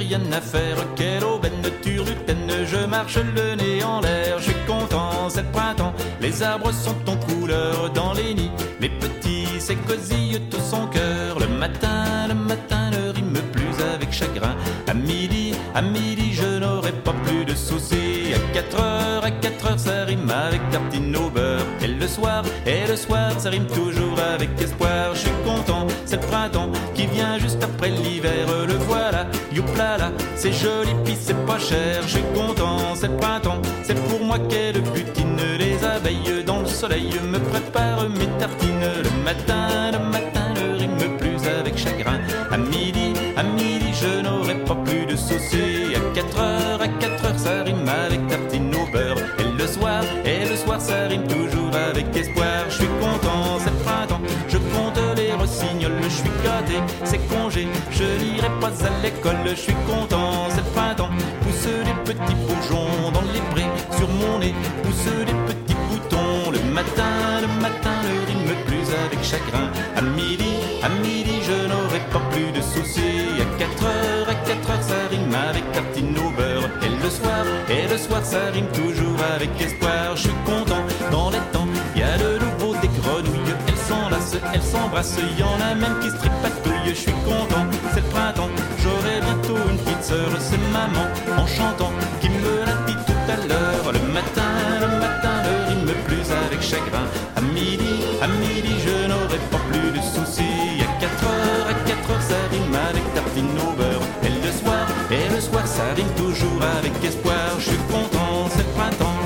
rien à faire. Quelle aubaine turlutaine, je marche le nez en l'air. Je suis content, c'est le printemps, les arbres sont en couleur. Dans les nids, les petits s'écosillent tout son cœur. Le matin, ne rime plus avec chagrin. À midi, je n'aurai pas plus de soucis. À 4 heures, ça rime avec tartine au beurre. Et le soir, ça rime toujours avec espoir. Je suis content, c'est le printemps qui vient juste après l'hiver. Le voilà, youplala, c'est joli puis c'est pas cher. Je suis content, c'est le printemps, c'est pour moi qu'elle butine. Les abeilles dans le soleil me préparent mes tartines. Le matin, ne rime plus avec chagrin. À midi, je n'aurai pas plus de soucis. À 4 heures, ça rime avec tartine au beurre. Et le soir, ça rime toujours avec espoir. Je suis content, c'est le printemps, je compte les rossignols. Je suis gâté, c'est congé, je n'irai pas à l'école. Je suis content, c'est le printemps, poussent les petits bourgeons dans les prés. Sur mon nez, poussent les petits boutons. Le matin, ne rime plus avec chagrin. À midi, je n'aurai pas plus de soucis. À 4 heures, ça rime avec tartine au beurre. Et le soir, ça rime toujours avec espoir. Je suis content, dans les temps, il y a de nouveau des grenouilles. Elles s'enlacent, elles s'embrassent, il y en a même qui se tripatouillent. Je suis content, c'est le printemps, j'aurai bientôt une petite sœur. C'est maman, en chantant, qui me l'a dit tout à l'heure. Le matin, ne rime plus avec chagrin. À midi, je n'aurai pas plus de soucis. À 4 heures, ça rime avec tartine au beurre. Et le soir, ça rime toujours avec espoir. Je suis content, c'est le printemps.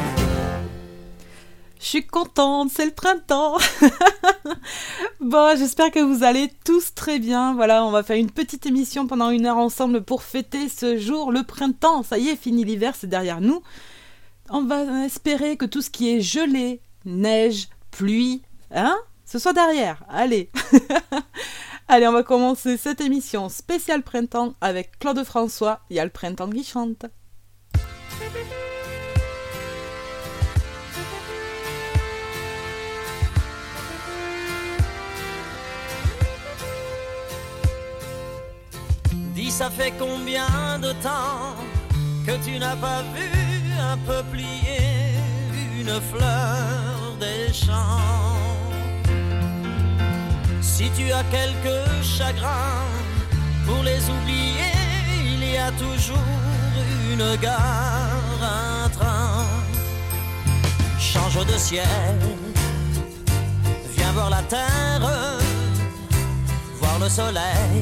Je suis contente, c'est le printemps. Bon, j'espère que vous allez tous très bien. Voilà, on va faire une petite émission pendant 1 heure ensemble pour fêter ce jour, le printemps. Ça y est, fini l'hiver, c'est derrière nous. On va espérer que tout ce qui est gelé, neige, pluie, ce soit derrière. Allez. Allez, on va commencer cette émission spéciale printemps avec Claude François. Il y a le printemps qui chante. Dis, ça fait combien de temps que tu n'as pas vu un peuplier, une fleur des champs? Si tu as quelques chagrins, pour les oublier, il y a toujours une gare, un train. Change de ciel, viens voir la terre, voir le soleil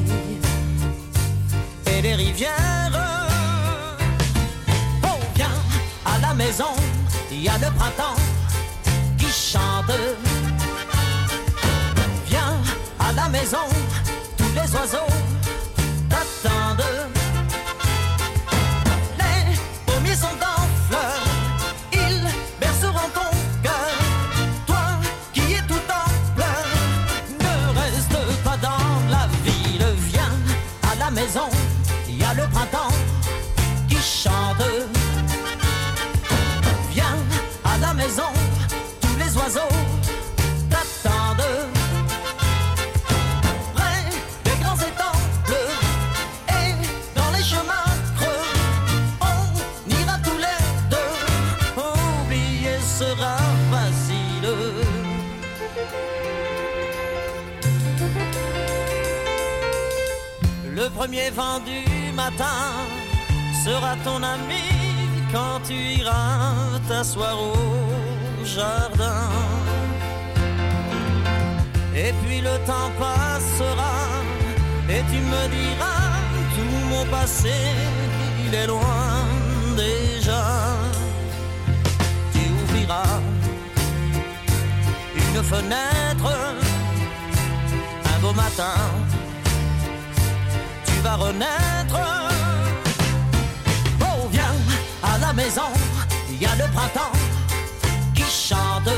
et les rivières. Oh, viens à la maison, il y a le printemps qui chante. À la maison, tous les oiseaux t'attendent. Les pommiers sont en fleurs, ils berceront ton cœur. Toi qui es tout en pleurs, ne reste pas dans la ville. Viens à la maison, il y a le printemps qui chante. Viens à la maison, tous les oiseaux t'attendent. Le premier vent du matin sera ton ami quand tu iras t'asseoir au jardin. Et puis le temps passera et tu me diras tout mon passé, il est loin déjà. Tu ouvriras une fenêtre un beau matin, tu vas renaître. Oh, viens à la maison, il y a le printemps qui chante.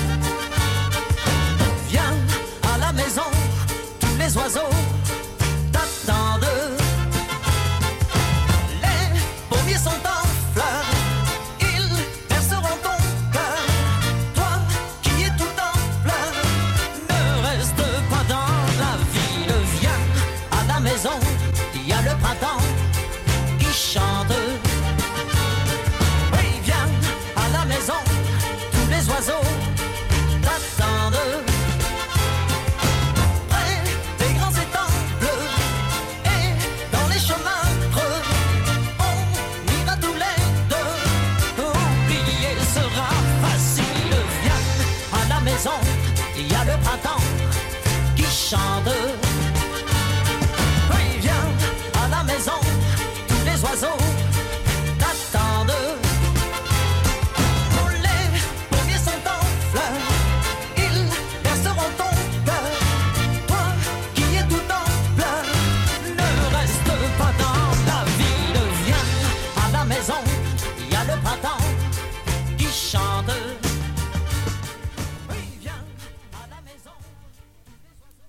Viens à la maison, tous les oiseaux t'attendent. Les pommiers sont en fleurs, ils berceront ton cœur. Toi qui es tout en pleurs, ne reste pas dans la ville. Viens à la maison, il y a le printemps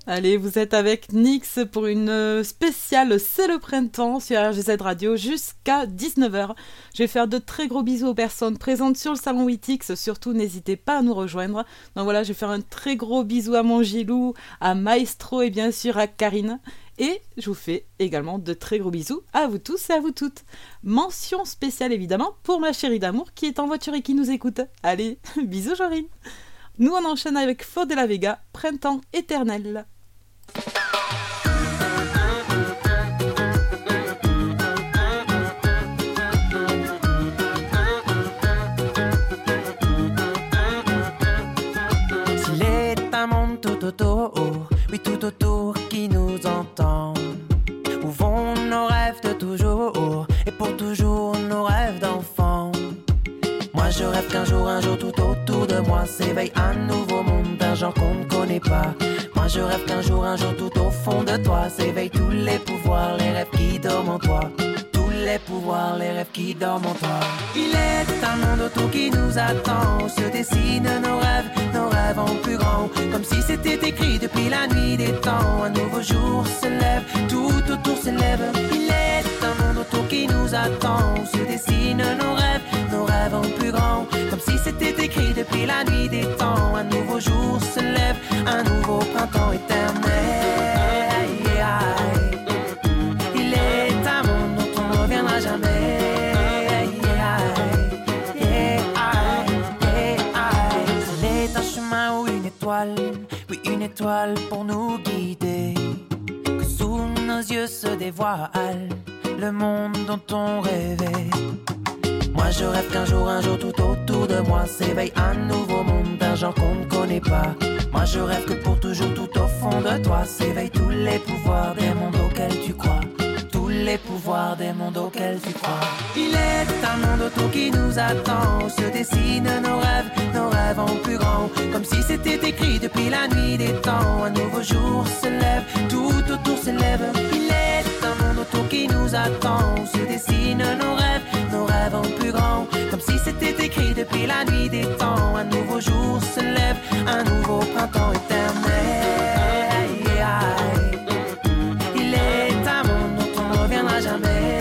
Allez, vous êtes avec Nix pour une spéciale C'est le printemps sur RGZ Radio jusqu'à 19h. Je vais faire de très gros bisous aux personnes présentes sur le salon Witix. Surtout, n'hésitez pas à nous rejoindre. Donc voilà, je vais faire un très gros bisou à mon Gilou, à Maestro et bien sûr à Karine. Et je vous fais également de très gros bisous à vous tous et à vous toutes. Mention spéciale évidemment pour ma chérie d'amour qui est en voiture et qui nous écoute. Allez, bisous Jorine. Nous on enchaîne avec Faux de la Vega, Printemps éternel. S'il est un monde tout autour, oui tout autour qui nous entend, où vont nos rêves de toujours, et pour toujours nos rêves d'enfants. Moi je rêve qu'un jour tout autour de moi s'éveille un nouveau monde d'un genre qu'on ne connaît pas. Moi je rêve qu'un jour tout au fond de toi s'éveillent tous les pouvoirs, les rêves qui dorment en toi. Tous les pouvoirs, les rêves qui dorment en toi. Il est un monde autour qui nous attend, où se dessinent nos rêves en plus grand. Comme si c'était écrit depuis la nuit des temps. Un nouveau jour se lève, tout autour s'élève. Il est un monde autour qui nous attend, où se dessinent nos rêves en plus grand. Comme si c'était écrit depuis la nuit des temps. Un nouveau jour se lève, un nouveau printemps éternel. Il est un monde dont on ne reviendra jamais. C'est un chemin ou une étoile, oui une étoile pour nous guider. Que sous nos yeux se dévoile le monde dont on rêvait. Moi je rêve qu'un jour tout autour de moi s'éveille un nouveau monde d'un genre qu'on ne connaît pas. Moi je rêve que pour toujours tout au fond de toi s'éveillent tous les pouvoirs des mondes auxquels tu crois. Tous les pouvoirs des mondes auxquels tu crois. Il est un monde autour qui nous attend, où se dessinent nos rêves en plus grand. Comme si c'était écrit depuis la nuit des temps. Un nouveau jour se lève, tout autour s'élève. Il est un monde autour qui nous attend, où se dessinent nos rêves en plus grand. Comme si c'était écrit depuis la nuit des temps. Un nouveau jour se lève, un nouveau printemps éternel. Il est un monde dont on ne reviendra jamais.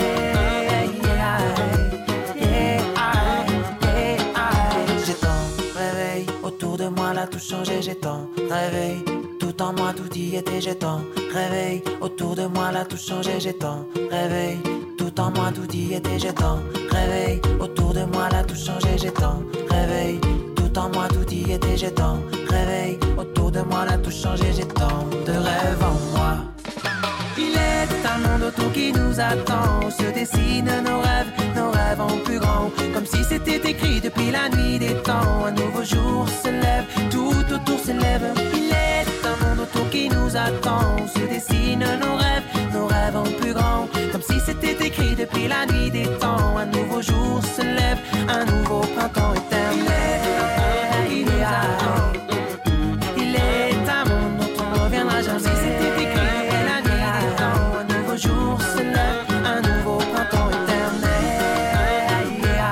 J'ai tant réveillé autour de moi, là tout changé. J'ai tant réveillé tout en moi, tout y était. J'ai tant réveillé autour de moi, là tout changé. J'ai tant réveillé tout en moi, tout y était. J'ai tant réveillé autour de moi, là tout changé. J'ai tant réveillé tout en moi, tout y était. J'ai tant réveillé autour de moi, là tout changé. J'ai tant de rêves en moi. Il est un monde autour qui nous attend, où se dessinent nos rêves en plus grand. Comme si c'était écrit depuis la nuit des temps. Un nouveau jour se lève, tout autour s'élève. Il est un monde autour qui nous attend, où se dessinent nos rêves en plus grand. Comme si c'était écrit depuis la nuit des temps. Un nouveau jour se lève, un nouveau printemps éternel. Il est un monde dont on ne reviendra jamais. Si c'était écrit depuis la nuit des temps. Un nouveau jour se lève, un nouveau printemps éternel.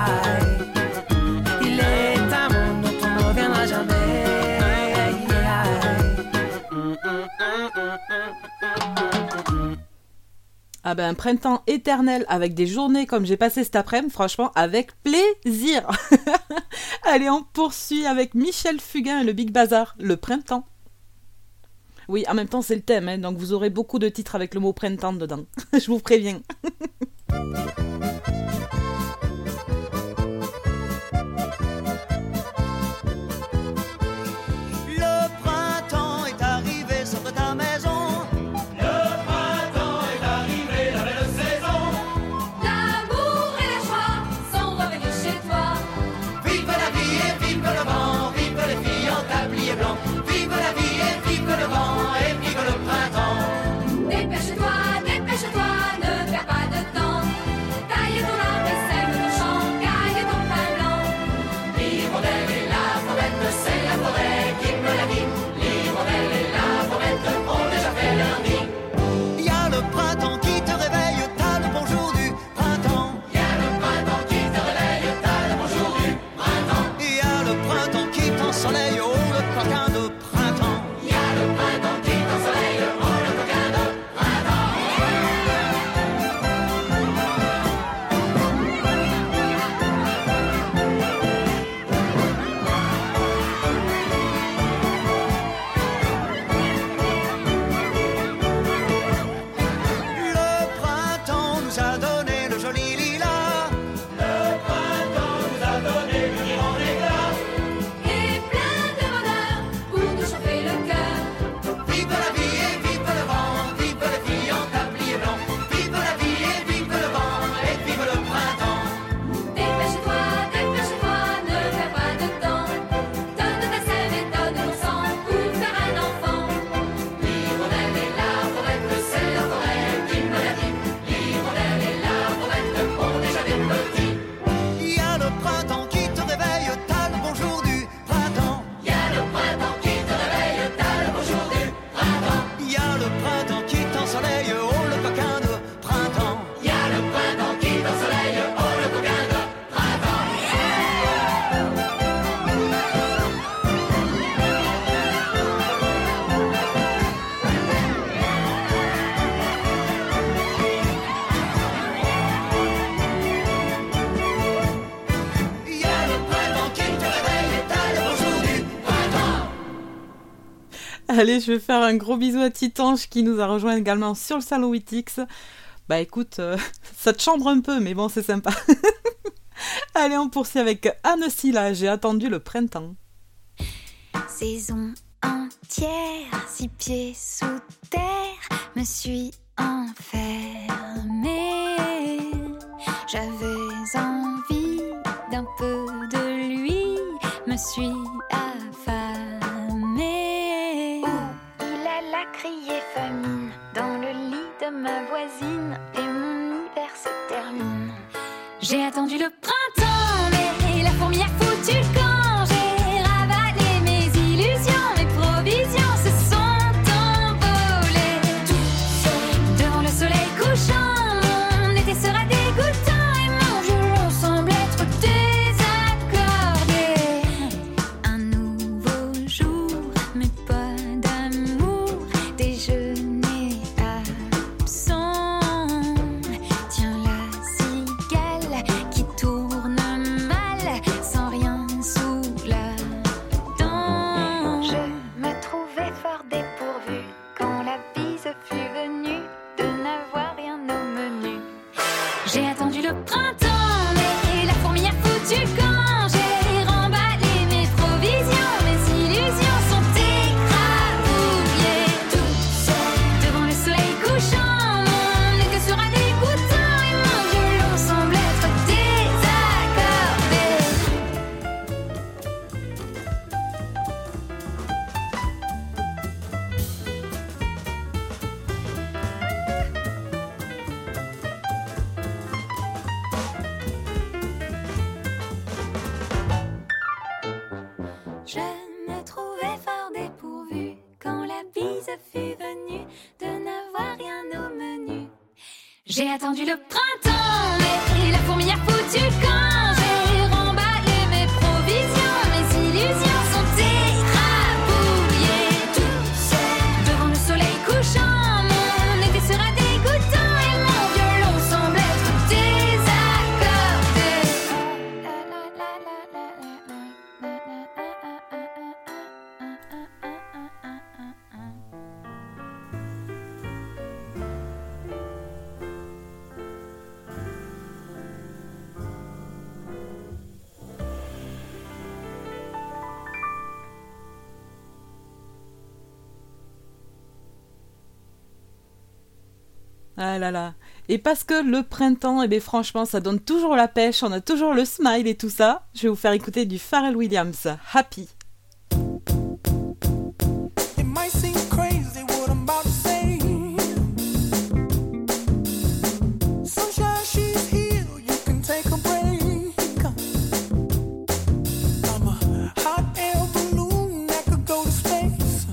Il est un monde dont on ne reviendra jamais. Ah ben, un printemps éternel avec des journées comme j'ai passé cet après-midi, franchement, avec plaisir. Allez, on poursuit avec Michel Fugain et le Big Bazar, le printemps. Oui, en même temps, c'est le thème, hein, donc vous aurez beaucoup de titres avec le mot printemps dedans. Je vous préviens. Le printemps est arrivé, sors de ta maison. L'amour et la joie sont revenus chez toi. Vive la vie et vive le vent, vive les filles en tablier blanc. Vive la vie et vive le vent et vive le printemps. Dépêche-toi, ne perds pas de temps. Taille ton arbre Allez, je vais faire un gros bisou à Titanche qui nous a rejoint également sur le salon Witix. Bah écoute, ça te chambre un peu, mais bon, c'est sympa. Allez, on poursuit avec Anne Silla, j'ai attendu le printemps. Saison entière, 6 pieds sous terre, me suis enfermée. J'avais envie d'un peu de lui, me suis affamée. Il alla crier famine dans le lit de ma voisine et mon hiver se termine. J'ai attendu le printemps, mais la fourmi a foutu le camp. J'ai ravalé mes illusions, mes provisions se sont envolées. Devant le soleil couchant, mon été sera dégoûtant et mon violon semble être désaccordé. Un nouveau jour, mais pas d'amour, déjeuner absent. Tiens la cigale qui tourne mal, sans rien sous la dent. Je me trouvais fort dépourvue quand la bise fut venue de n'avoir rien au menu. J'ai attendu le printemps, mais la fourmi a foutu le camp. J'ai remballé mes provisions, mes illusions sont écrabouillées. Toutes devant le soleil couchant, mon été sera dégoûtant et mon violon semble être désaccordé. Je me trouvais fort dépourvue quand la bise fut venue de n'avoir rien au menu. J'ai attendu le printemps, mais la fourmi a foutu le camp. J'ai remballé mes provisions, mes illusions sont écrabouillées. Toutes devant le soleil couchant, mon été sera dégoûtant et mon violon semble être désaccordé. Ah là là. Et parce que le printemps, eh bien franchement, ça donne toujours la pêche, on a toujours le smile et tout ça, je vais vous faire écouter du Pharrell Williams, Happy. It might seem crazy what I'm about to say. Sunshine, she's here, you can take a break. I'm a hot air balloon that could go to space.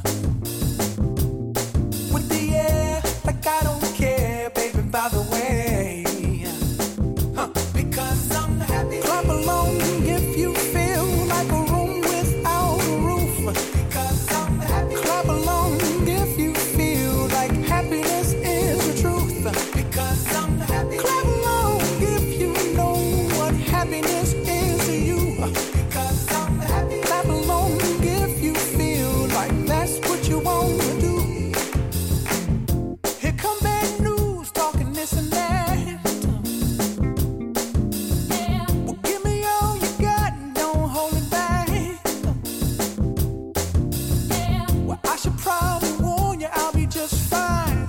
With the air, like I don't care, baby, by the way. Because I'm happy. Clap along if you feel like a room without a roof. Because I'm happy. Clap along if you feel like happiness is the truth. Because I'm happy. Clap along if you know what happiness is to you. Because I'm happy. Clap along if you feel like that's what you want to do. Here come bad news, talking this and that. Well, give me all you got and don't hold it back. Well, I should probably warn you, I'll be just fine.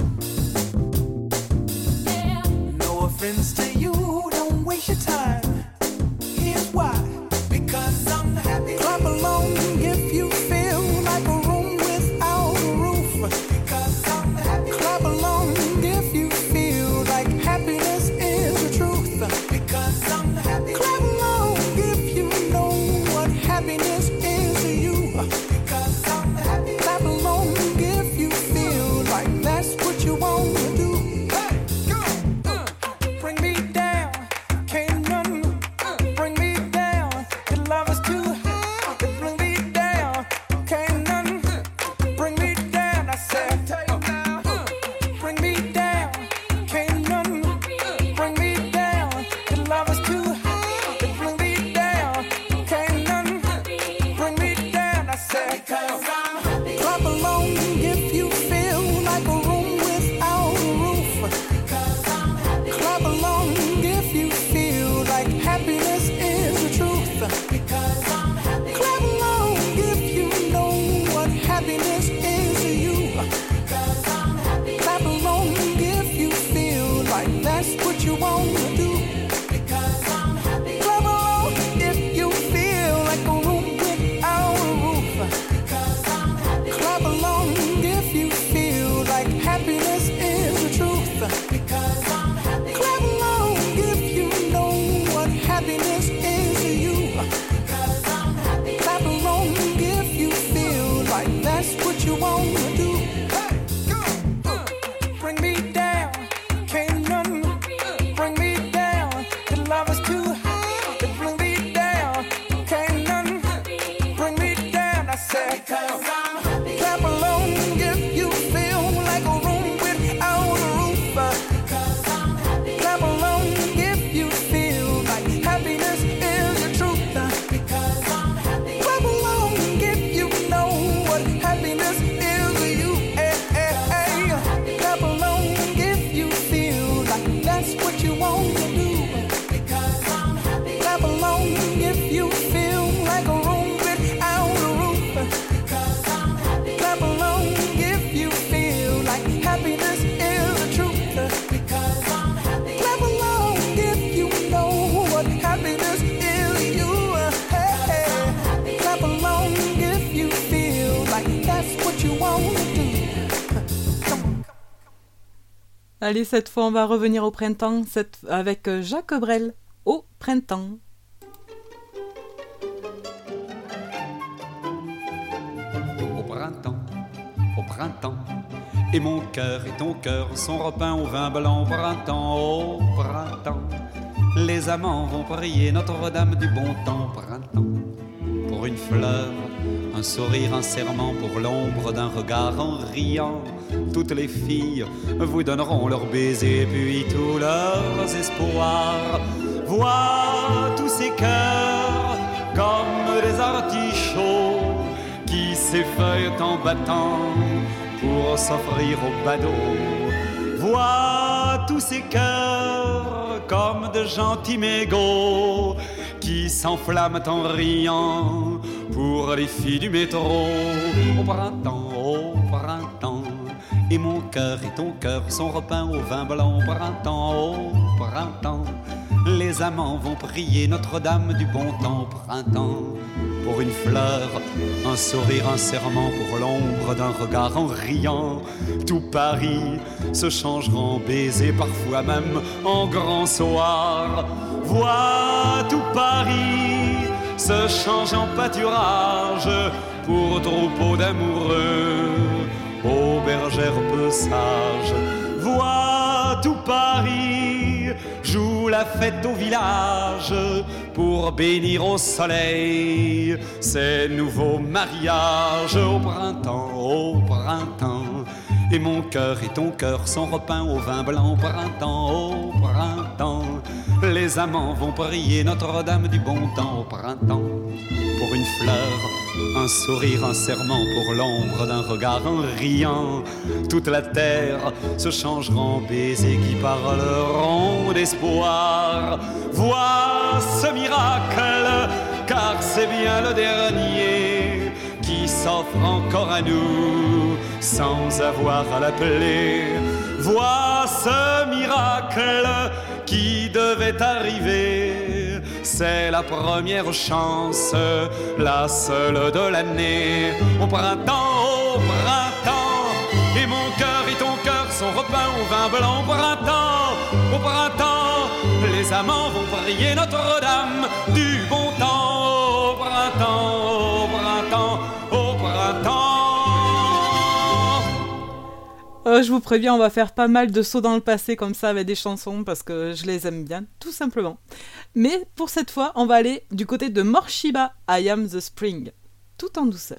No offense to you, don't waste your time. Here's why. Because I'm happy. Clap along if you feel like a room without a roof. Because I'm happy. Clap along if you feel like happiness is the truth. Because I'm happy. Clap along if you know what happiness is to you. Because I'm happy. Clap along if you feel like that's what you want to do. Hey, go. Bring me down, can't none. Bring me down. Allez, cette fois, on va revenir au printemps avec Jacques Brel, au printemps. Au printemps, et mon cœur et ton cœur sont repeints au vin blanc au printemps, les amants vont prier Notre-Dame du bon temps, printemps, pour une fleur, un sourire, un serment, pour l'ombre d'un regard en riant, toutes les filles vous donneront leurs baisers, puis tous leurs espoirs. Vois tous ces cœurs comme des artichauts qui s'effeuillent en battant pour s'offrir au badaud. Vois tous ces cœurs comme de gentils mégots qui s'enflamment en riant pour les filles du métro. Au printemps, et mon cœur et ton cœur sont repeints au vin blanc. Au printemps, les amants vont prier Notre-Dame du bon temps. Au printemps, pour une fleur, un sourire, un serment, pour l'ombre d'un regard en riant. Tout Paris se changera en baiser, parfois même en grand soir. Vois tout Paris se change en pâturage pour troupeau d'amoureux, aux bergères peu sages. Vois tout Paris joue la fête au village pour bénir au soleil ces nouveaux mariages. Au printemps, et mon cœur et ton cœur sont repeints au vin blanc. Au printemps, les amants vont prier Notre-Dame du bon temps. Au printemps, pour une fleur, un sourire, un serment, pour l'ombre d'un regard en riant. Toute la terre se changera en baisers qui parleront d'espoir. Vois ce miracle, car c'est bien le dernier qui s'offre encore à nous sans avoir à l'appeler. Vois ce miracle qui devait arriver, c'est la première chance, la seule de l'année. Au printemps, et mon cœur et ton cœur sont repeints au vin blanc. Au printemps, les amants vont prier Notre-Dame du bon temps. Au printemps, au printemps. Je vous préviens, on va faire pas mal de sauts dans le passé comme ça avec des chansons parce que je les aime bien, tout simplement. Mais pour cette fois, on va aller du côté de Morshiba, I Am the Spring, tout en douceur.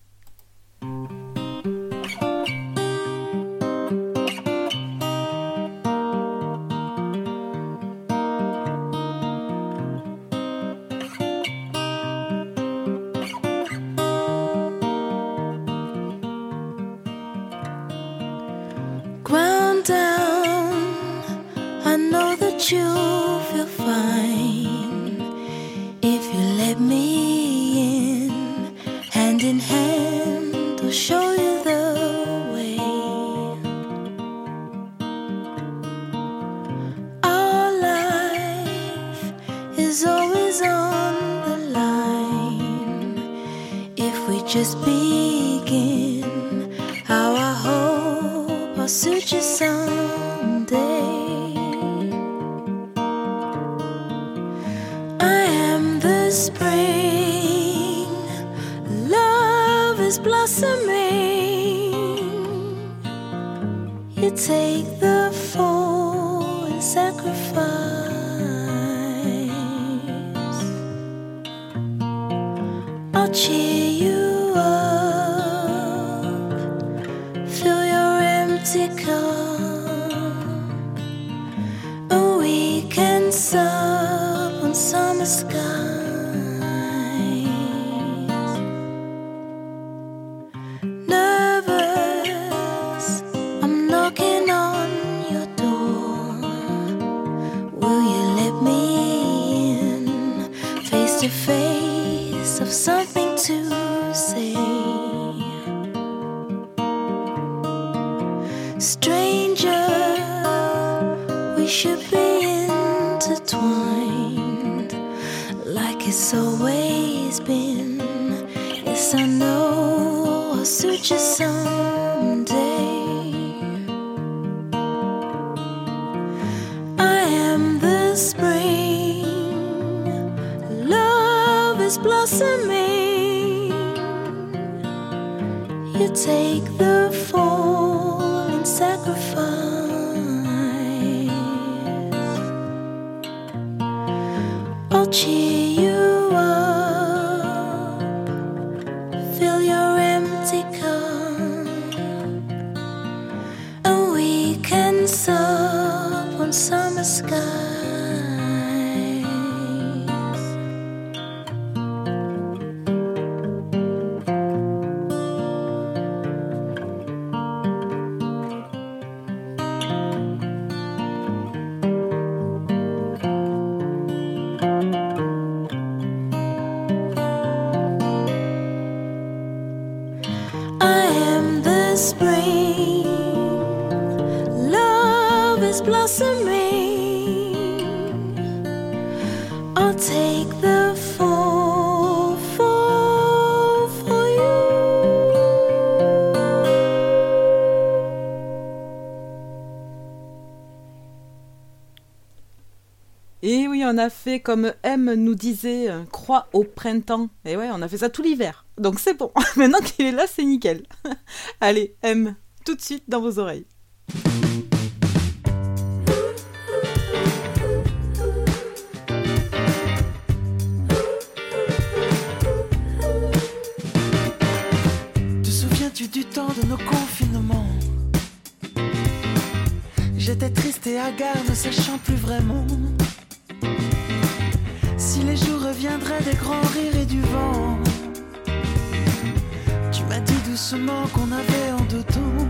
Ground down, I know that you'll feel fine if you let me in hand, I'll show you the way. Our life is always on the line if we just begin. How I hope I'll suit you someday. I am the spring, love is blossoming. You take the fall and sacrifice. I'll cheer you up, fill your empty cup, and we can sup on summer skies. Nervous, I'm knocking on your door. Will you let me in? Face to face of something to say. Stranger, we should be intertwined like it's always been. Yes, I know I'll suit you someday. is blossoming. You take the fall in sacrifice. I'll cheer you up, fill your empty cup, and we can sup on summer skies. I am the spring, love is blossoming. I'll take the fall for you. Et oui, on a fait comme M nous disait, croix au printemps. Et ouais, on a fait ça tout l'hiver. Donc c'est bon. Maintenant qu'il est là, c'est nickel. Allez, M, tout de suite dans vos oreilles. Te souviens-tu du temps de nos confinements? J'étais triste et hagard, ne sachant plus vraiment si les jours reviendraient des grands rires et du vent. Tu m'as dit doucement qu'on avait en dedans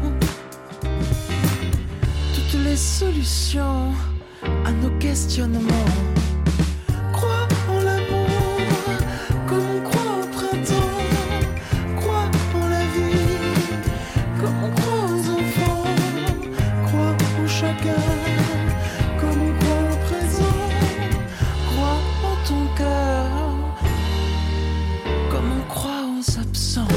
toutes les solutions à nos questionnements. Crois en l'amour comme on croit au printemps. Crois en la vie comme on croit aux enfants. Crois en chacun comme on croit au présent. Crois en ton cœur comme on croit aux absents.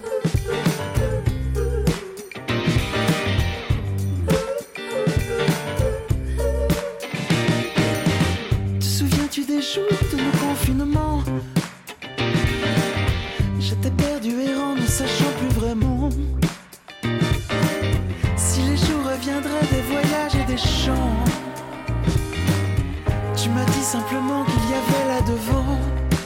Te souviens-tu des jours de nos confinements? J'étais perdu errant, ne sachant plus vraiment si les jours reviendraient des voyages et des chants. Tu m'as dit simplement qu'il y avait là devant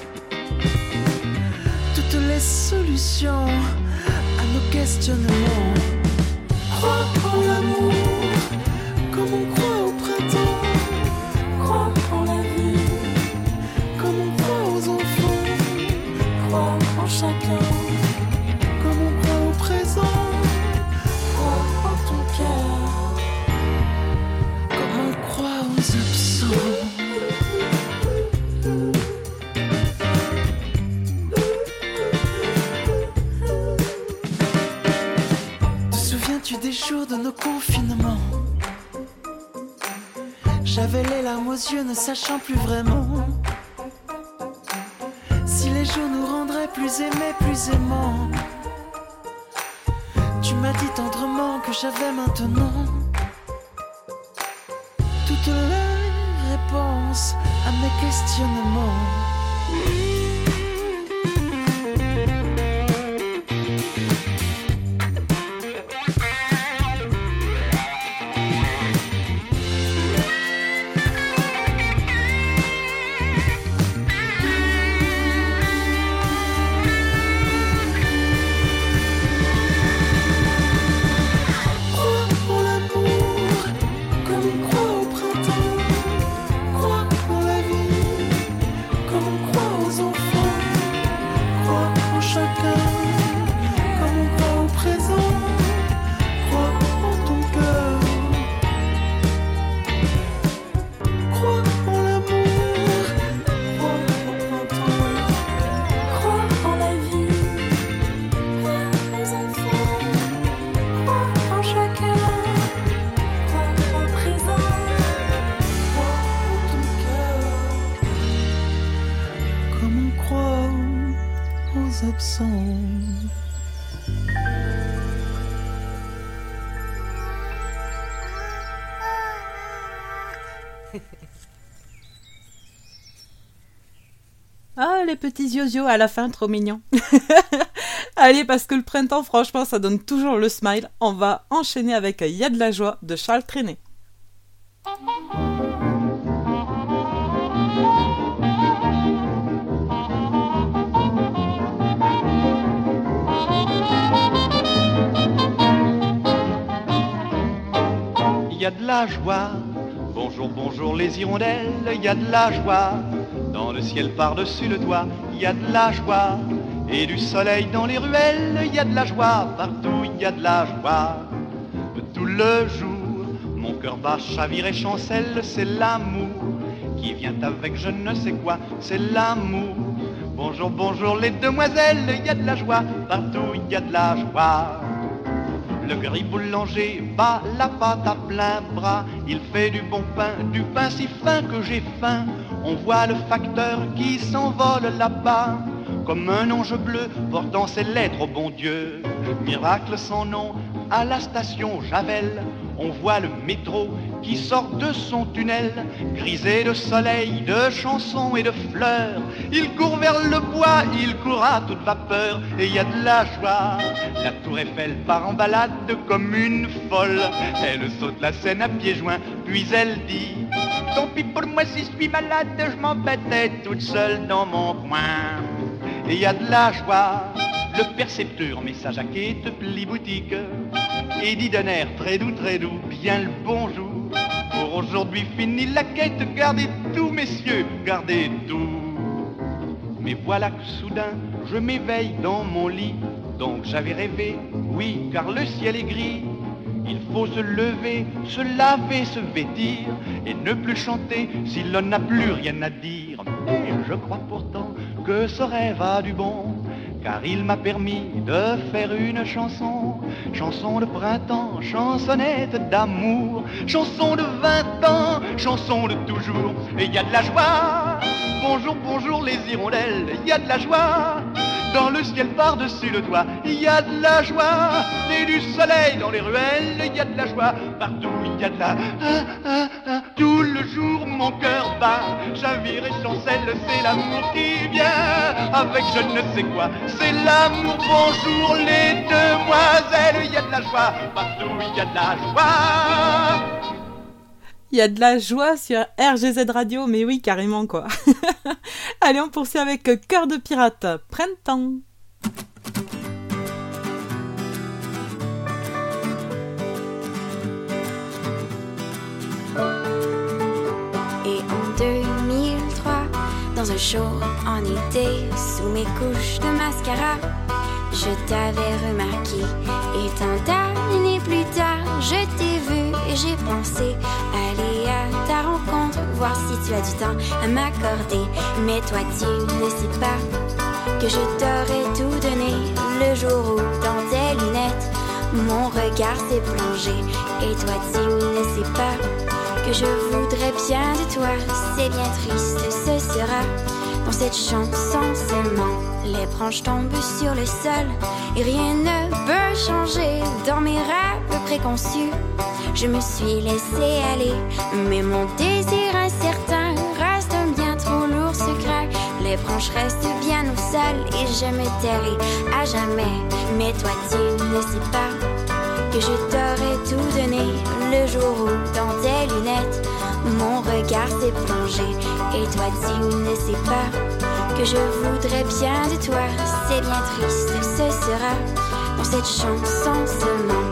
toutes les solutions à nos questionnements. Crois en l'amour comme on croit au printemps. Crois en la vie comme on croit aux enfants. Crois en chacun comme on croit au présent. Crois en ton cœur comme on croit aux absents. Te souviens-tu des jours de nos confinements? J'avais les larmes aux yeux, ne sachant plus vraiment si les jours nous rendraient plus aimés, plus aimants. Tu m'as dit tendrement que j'avais maintenant toutes les réponses à mes questionnements. Crois en l'amour comme on croit au printemps. Crois en la vie comme on croit aux enfants. Crois en chacun comme on croit au présent. Crois en ton cœur. Crois en l'amour. Crois au printemps. Crois en la vie. Crois aux enfants. Crois en chacun. Crois au présent. Crois en ton cœur. Comme on croit aux absents. Ah, les petits yeux à la fin, trop mignons. Allez, parce que le printemps, franchement, ça donne toujours le smile. On va enchaîner avec Y a de la joie de Charles Trenet. Il y a de la joie, bonjour, bonjour les hirondelles, il y a de la joie, dans le ciel par-dessus le toit, il y a de la joie, et du soleil dans les ruelles, il y a de la joie, partout il y a de la joie. Tout le jour, mon cœur bat, chavire et chancelle, c'est l'amour qui vient avec je ne sais quoi, c'est l'amour. Bonjour, bonjour les demoiselles, il y a de la joie, partout il y a de la joie. Le gris boulanger bat la pâte à plein bras. Il fait du bon pain, du pain si fin que j'ai faim. On voit le facteur qui s'envole là-bas, comme un ange bleu portant ses lettres au bon Dieu. Miracle sans nom à la station Javel. On voit le métro qui sort de son tunnel, grisé de soleil, de chansons et de fleurs. Il court vers le bois, il court à toute vapeur, et il y a de la joie. La tour Eiffel part en balade comme une folle. Elle saute la Seine à pieds joints, puis elle dit: tant pis pour moi si je suis malade, je m'embêtais toute seule dans mon coin. Et il y a de la joie. Le percepteur met sa jaquette, plie boutique et dit d'un air très doux, bien le bonjour. Pour aujourd'hui fini la quête, gardez tout messieurs, gardez tout. Mais voilà que soudain je m'éveille dans mon lit. Donc j'avais rêvé, oui, car le ciel est gris. Il faut se lever, se laver, se vêtir et ne plus chanter si l'on n'a plus rien à dire. Mais je crois pourtant que ce rêve a du bon, car il m'a permis de faire une chanson. Chanson de printemps, chansonnette d'amour, chanson de 20 ans, chanson de toujours. Et il y a de la joie, bonjour, bonjour les hirondelles, il y a de la joie. Dans le ciel par-dessus le toit, il y a de la joie. Et du soleil dans les ruelles, il y a de la joie. Partout il y a de la... Tout le jour mon cœur bat, chavire et chancelle, c'est l'amour qui vient avec je ne sais quoi. C'est l'amour, bonjour les demoiselles, il y a de la joie. Partout il y a de la joie. Il y a de la joie sur RGZ Radio, mais oui, carrément quoi. Allez, on poursuit avec Cœur de pirate, Printemps. Et en 2003, dans un show en été, sous mes couches de mascara, je t'avais remarqué. Et tant d'années plus tard, je t'ai vu et j'ai pensé aller à ta rencontre, voir si tu as du temps à m'accorder. Mais toi tu ne sais pas que je t'aurais tout donné le jour où dans tes lunettes mon regard s'est plongé. Et toi tu ne sais pas que je voudrais bien de toi. C'est bien triste, ce sera dans cette chanson seulement. Les branches tombent sur le sol et rien ne peut changer dans mes rêves préconçus. Je me suis laissée aller, mais mon désir incertain reste un bien trop lourd secret. Les branches restent bien au sol et je me tairai à jamais. Mais toi tu ne sais pas que je t'aurais tout donné le jour où dans tes lunettes mon regard s'est plongé. Et toi tu ne sais pas que je voudrais bien de toi. C'est bien triste, ce sera dans cette chanson seulement.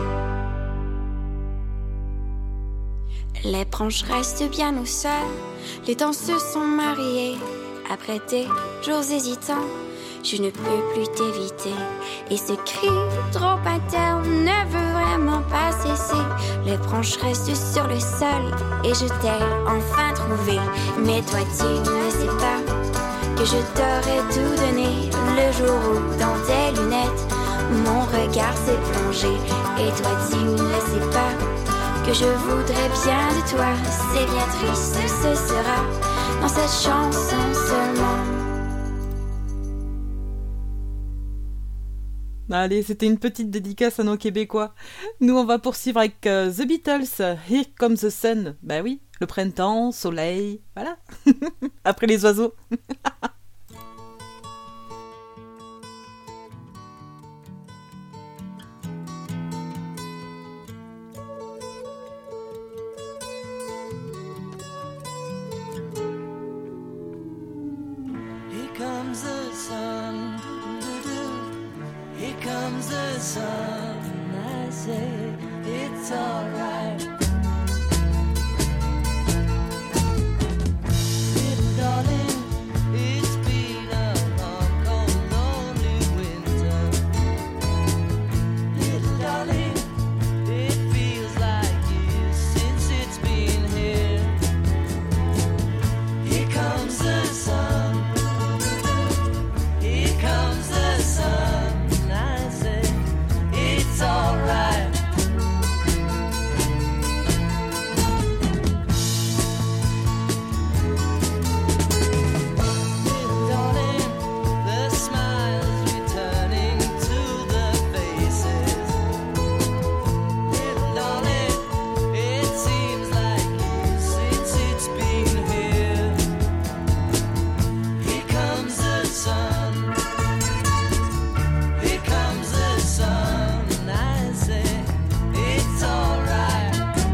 Les branches restent bien au sol, les temps se sont mariés. Après des jours hésitants, je ne peux plus t'éviter. Et ce cri trop interne ne veut vraiment pas cesser. Les branches restent sur le sol et je t'ai enfin trouvé. Mais toi tu ne sais pas que je t'aurais tout donné le jour où dans tes lunettes mon regard s'est plongé. Et toi tu ne sais pas que je voudrais bien de toi. C'est bien triste, ce sera dans cette chanson seulement. Allez, c'était une petite dédicace à nos Québécois. Nous, on va poursuivre avec The Beatles, Here Comes the Sun. Ben oui, le printemps, soleil, voilà. Après les oiseaux. comes the sun. I say it's alright. Little darling, it's been a long, cold, lonely winter. Little darling, it feels like years since it's been here. Here comes the sun. Here comes the sun. I say it's alright. Little darling, the smiles returning to the faces. Little darling, it seems like years since it's been here. Here comes the sun. Here comes the sun. I say it's alright.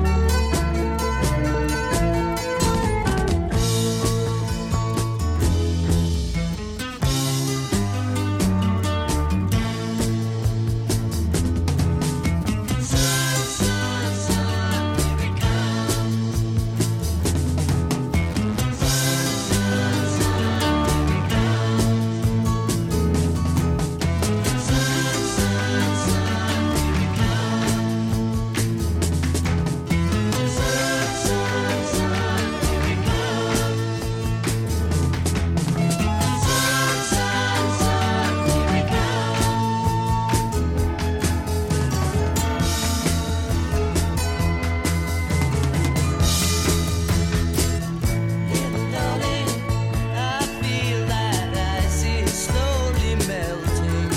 Little darling, I feel that ice is slowly melting.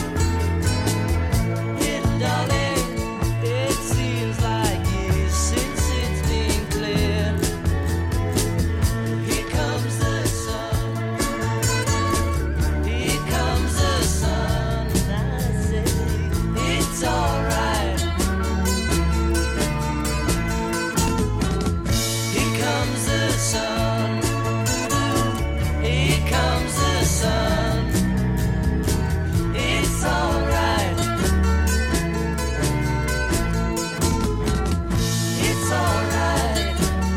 Little darling, it seems like years since it's been clear. Here comes the sun. Here comes the sun. I say it's alright. Here comes the sun. Here comes the sun. It's alright. It's alright.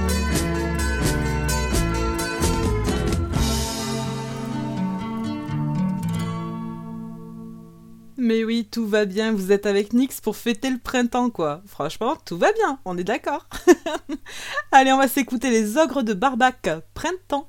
Mais oui, tout va bien, vous êtes avec Nix pour fêter le printemps, quoi. Franchement, tout va bien, on est d'accord. Allez, on va s'écouter les ogres de Barbac. Printemps.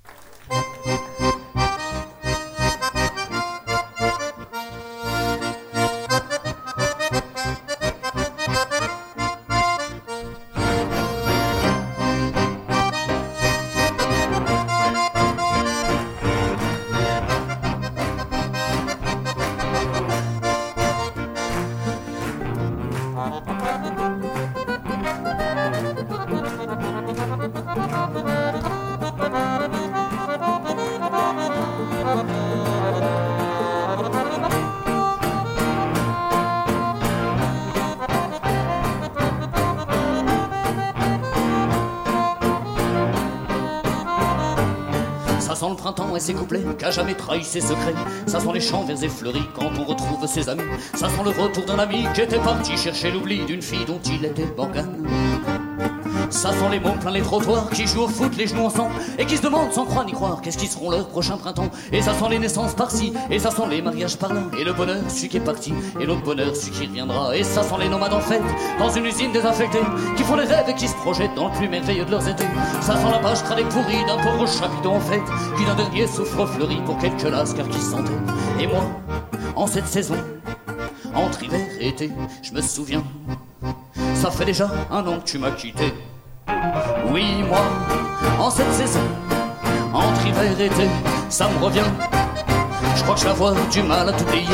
Ça sent le printemps et ses couplets, qu'a jamais trahi ses secrets. Ça sent les champs verts et fleuris quand on retrouve ses amis. Ça sent le retour d'un ami qui était parti chercher l'oubli d'une fille dont il était Morgane. Ça sent les mômes plein les trottoirs qui jouent au foot les genoux ensemble et qui se demandent sans croire ni croire qu'est-ce qui seront leur prochain printemps. Et ça sent les naissances par-ci, et ça sent les mariages par-là, et le bonheur celui qui est parti, et l'autre bonheur celui qui reviendra. Et ça sent les nomades en fête dans une usine désaffectée qui font des rêves et qui se projettent dans le plus merveilleux de leurs étés. Ça sent la page crâne pourrie d'un pauvre chapiteau en fête qui d'un dernier souffle fleuri pour quelques lascars qui sentaient. Et moi, en cette saison, entre hiver et été, je me souviens, ça fait déjà un an que tu m'as quitté. Oui, moi, en cette saison, entre hiver et été, ça me revient. Je crois que je vais avoir du mal à t'oublier.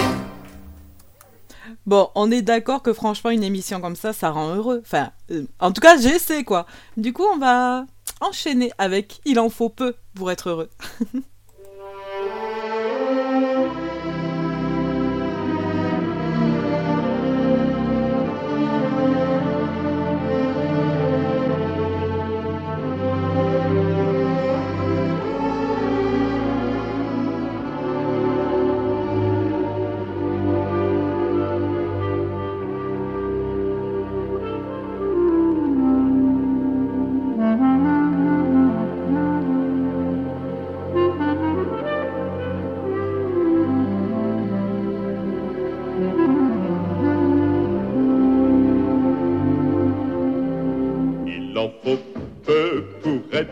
Bon, on est d'accord que franchement, une émission comme ça rend heureux. Enfin, en tout cas, j'essaie, quoi. Du coup, on va enchaîner avec Il en faut peu pour être heureux.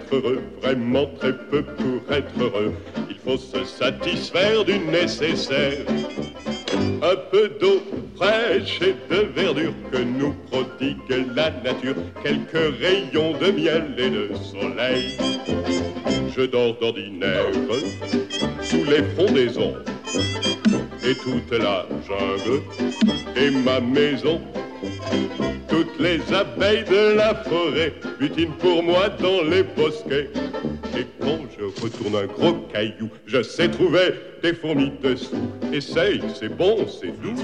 heureux, vraiment très peu pour être heureux. Il faut se satisfaire du nécessaire. Un peu d'eau fraîche et de verdure que nous prodigue la nature, quelques rayons de miel et de soleil. Je dors d'ordinaire sous les frondaisons et toute la jungle est ma maison. Toutes les abeilles de la forêt butinent pour moi dans les bosquets. Et quand je retourne un gros caillou, je sais trouver des fourmis dessous. Essaye, c'est bon, c'est doux.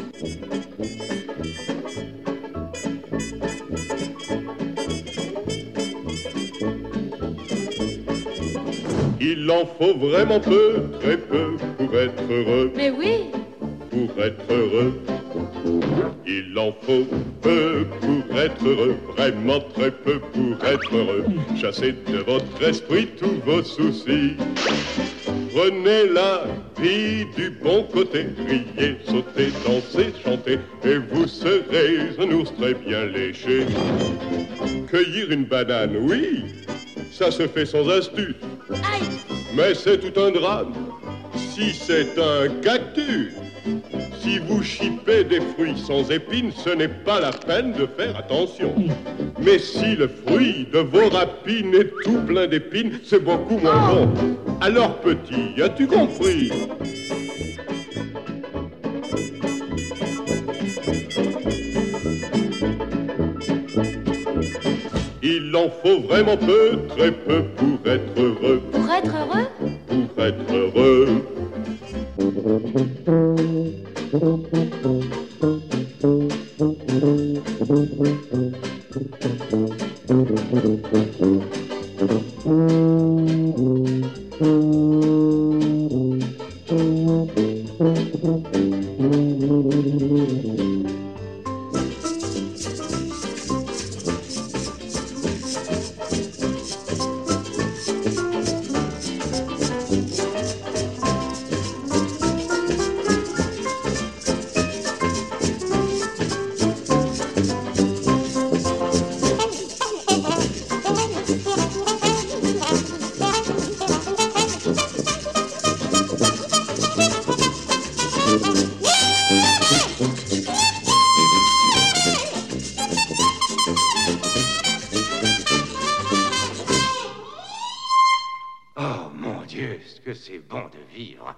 Il en faut vraiment peu, très peu pour être heureux. Mais oui, Pour être heureux, il en faut peu pour être heureux, vraiment très peu pour être heureux. Chassez de votre esprit tous vos soucis. Prenez la vie du bon côté, riez, sautez, dansez, chantez, et vous serez un ours très bien léché. Cueillir une banane, oui, ça se fait sans astuce, mais c'est tout un drame si c'est un cactus. Si vous chipez des fruits sans épines, ce n'est pas la peine de faire attention. Mais si le fruit de vos rapines est tout plein d'épines, c'est beaucoup moins bon. Alors petit, as-tu compris? Il en faut vraiment peu, très peu pour être heureux. pour être heureux, Pour être heureux. Oh mon Dieu, ce que c'est bon de vivre.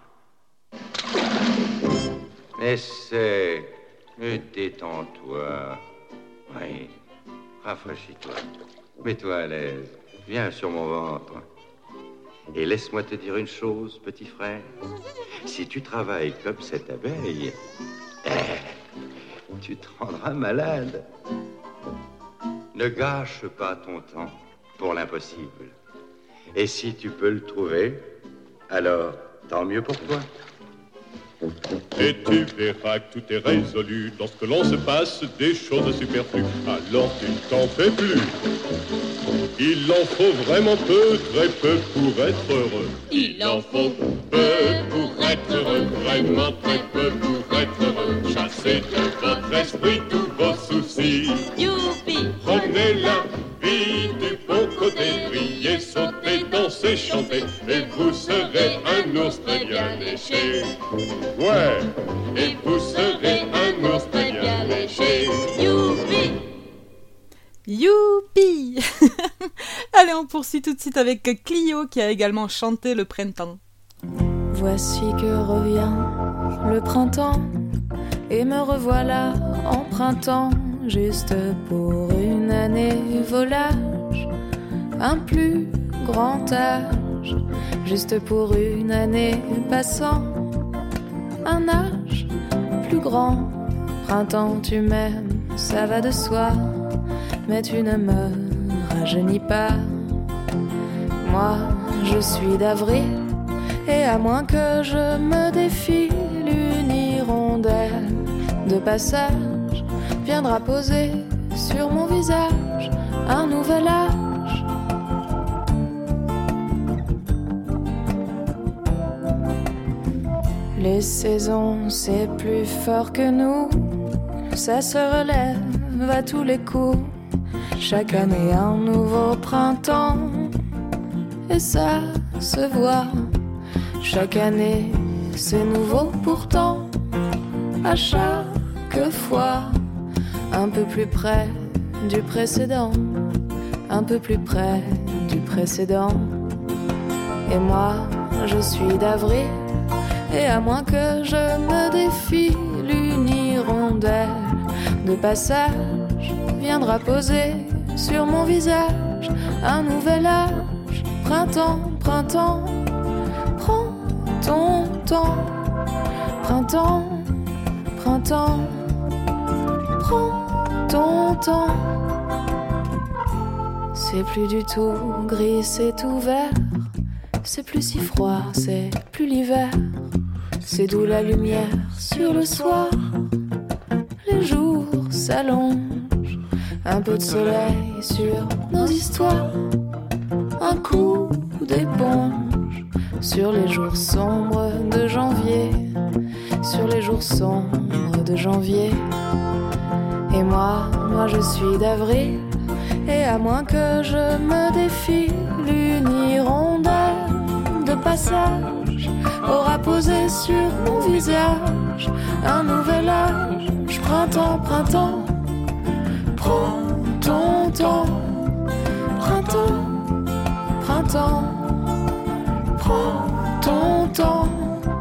Essaie, et détends-toi. Oui, rafraîchis-toi. Mets-toi à l'aise. Viens sur mon ventre. Et laisse-moi te dire une chose, petit frère. Si tu travailles comme cette abeille, tu te rendras malade. Ne gâche pas ton temps pour l'impossible. Et si tu peux le trouver, alors tant mieux pour toi. Et tu verras que tout est résolu. Lorsque l'on se passe des choses superflues, alors tu ne t'en fais plus. Il en faut vraiment peu, très peu pour être heureux. il en faut Peu pour être heureux, vraiment très peu pour être heureux. Chassez de votre esprit tous vos soucis. youpi, Prenez la vie du bon côté, riez, sautez, dansez, chantez, et vous serez un ours très bien léché. Ouais, et vous serez un ours très bien léché. youpi. Youpi. Allez, on poursuit tout de suite avec Clio qui a également chanté le printemps. Voici que revient le printemps et me revoilà en printemps, juste pour une année volage, un plus grand âge, juste pour une année passant, un âge plus grand. Printemps, tu m'aimes, ça va de soi, mais tu ne me rajeunis pas. Moi, je suis d'avril, et à moins que je me défile, une hirondelle de passage viendra poser sur mon visage un nouvel âge. Les saisons, c'est plus fort que nous, ça se relève à tous les coups. Chaque année un nouveau printemps, et ça se voit. Chaque année, c'est nouveau pourtant. À chaque fois, un peu plus près du précédent, un peu plus près du précédent. Et moi, je suis d'avril, et à moins que je me défie, l'une hirondelle de passage viendra poser sur mon visage un nouvel âge. Printemps, printemps, prends ton temps. Printemps, printemps, prends ton temps. C'est plus du tout gris, c'est tout vert. C'est plus si froid, c'est plus l'hiver. C'est doux la lumière sur le soir. Les jours s'allongent. Un peu de soleil sur nos histoires. Un coup d'éponge sur les jours sombres de janvier. Sur les jours sombres de janvier. Et moi je suis d'avril. Et à moins que je me défie, l'une hirondelle de passage aura posé sur mon visage un nouvel âge. Printemps, printemps, prends ton temps. Printemps, printemps, prends ton temps.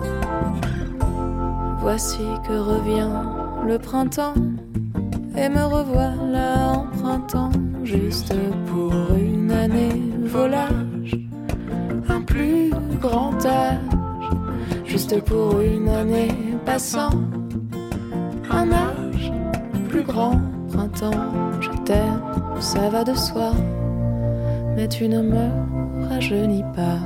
Voici que revient le printemps et me revoilà en printemps. Juste pour une année volage, un plus grand âge. Juste pour une année passant, un âge plus grand. Printemps, je t'aime, ça va de soi, mais tu ne me rajeunis pas.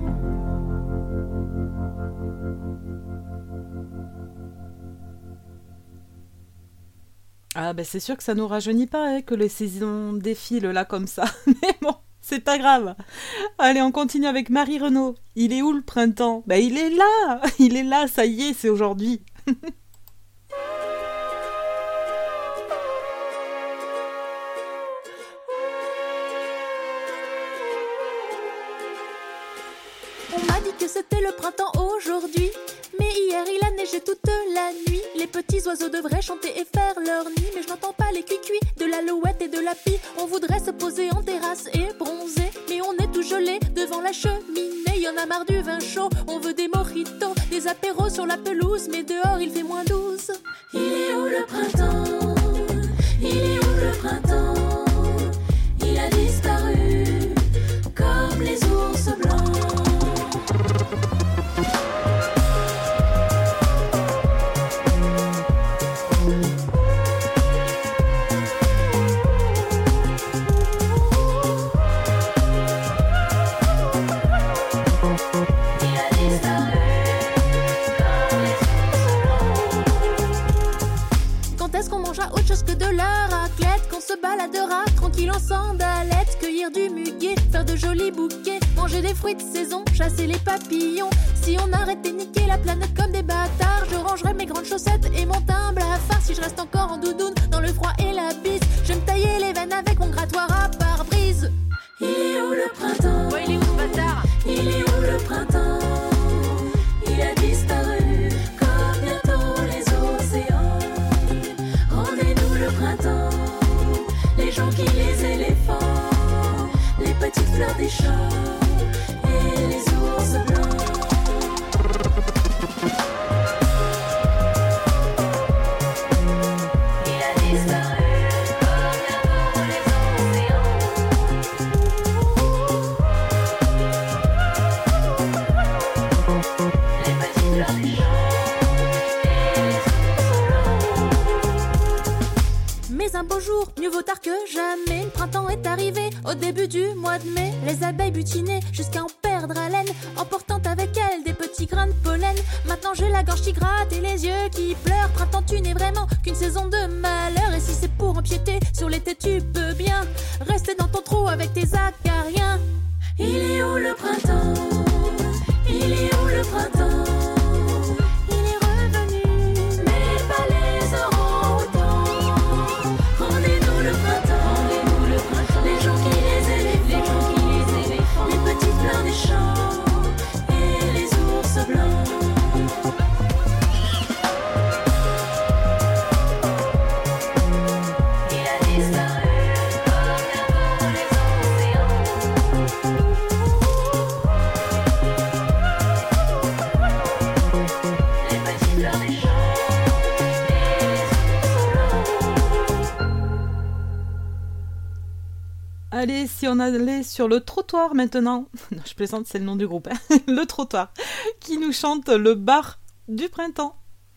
Ah ben c'est sûr que ça nous rajeunit pas, hein, que les saisons défilent là comme ça. Mais bon, c'est pas grave. Allez, on continue avec Marie Renaud. Il est où le printemps? Ben il est là, ça y est, c'est aujourd'hui. On m'a dit que c'était le printemps aujourd'hui, mais hier il a neigé toute la nuit. Les petits oiseaux devraient chanter et faire leur nid, mais je n'entends pas les cuicuis de l'alouette et de la pie. On voudrait se poser en terrasse et bronzer, mais on est tout gelé devant la cheminée. Y en a marre du vin chaud, on veut des mojitos, des apéros sur la pelouse, mais dehors il fait -12. Il est où le printemps? Il est où le printemps? Il a disparu comme les ours blancs. Autre chose que de la raclette, qu'on se baladera tranquille en sandalettes, cueillir du muguet, faire de jolis bouquets, manger des fruits de saison, chasser les papillons. Si on arrêtait de niquer la planète comme des bâtards, je rangerais mes grandes chaussettes et mon teint blafard. Si je reste encore en doudoune dans le froid et la bise, je vais me tailler les veines avec mon grattoir à pare-brise. Il est où le printemps? Ouais, il est où ce bâtard? Il est où le printemps? Il a disparu comme bientôt les océans. Rendez-nous le printemps, les jonquilles, les éléphants, les petites fleurs des champs et les ours blancs. Il a disparu comme bientôt les océans. Les petites fleurs des champs. Mais un beau jour, mieux vaut tard que jamais. Le printemps est arrivé au début du mois de mai. Les abeilles butinaient jusqu'à en perdre haleine, emportant avec elles des petits grains de pollen. Maintenant j'ai la gorge qui gratte et les yeux qui pleurent. Printemps, tu n'es vraiment qu'une saison de malheur. Et si c'est pour empiéter sur l'été, tu peux bien rester dans ton trou avec tes acariens. Il est où le printemps? Il est où le printemps? Il est revenu, mais pas les orang-outans. Rendez-nous le printemps, les jonquilles, les éléphants, les petites fleurs Allez, si on allait sur le trottoir maintenant. Non, je plaisante, c'est le nom du groupe. Hein. Le trottoir. Qui nous chante le bar du printemps.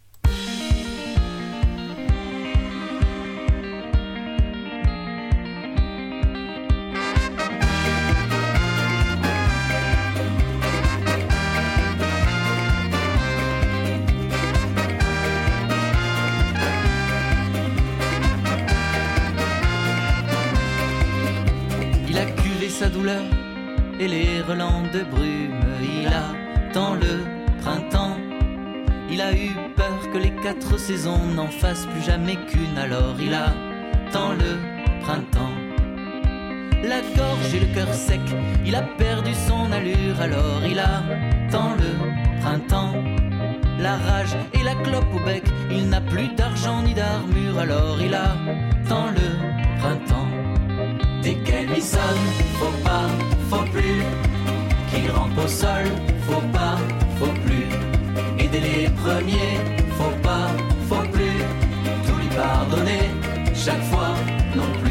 Sa douleur et les relents de brume, il attend le printemps. Il a eu peur que les 4 saisons n'en fassent plus jamais qu'une, alors il attend le printemps. La gorge et le cœur sec, il a perdu son allure, alors il attend le printemps. La rage et la clope au bec, il n'a plus d'argent ni d'armure, alors il attend le printemps. Dès qu'elle lui sonne, faut pas, faut plus qu'il rampe au sol, faut pas, faut plus. Et dès les premiers, faut pas, faut plus tout lui pardonner, chaque fois non plus.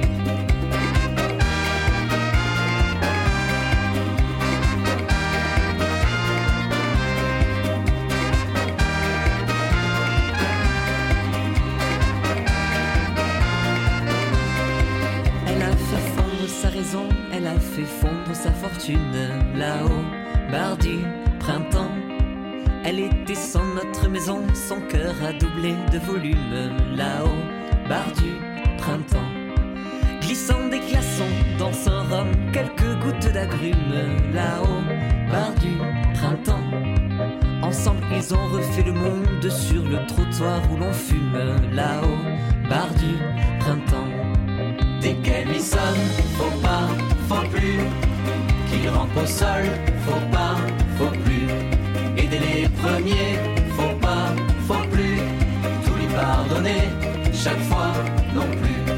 Elle a fait fondre sa fortune là-haut, bar du printemps. Elle était sans notre maison, son cœur a doublé de volume là-haut, bar du printemps. Glissant des glaçons dans son rhum, quelques gouttes d'agrumes là-haut, bar du printemps. Ensemble ils ont refait le monde sur le trottoir où l'on fume là-haut, bar du printemps. Dès qu'elle lui sonne, faut pas, faut plus qu'il rampe au sol, faut pas, faut plus. Et dès les premiers, faut pas, faut plus tout lui pardonner, chaque fois non plus.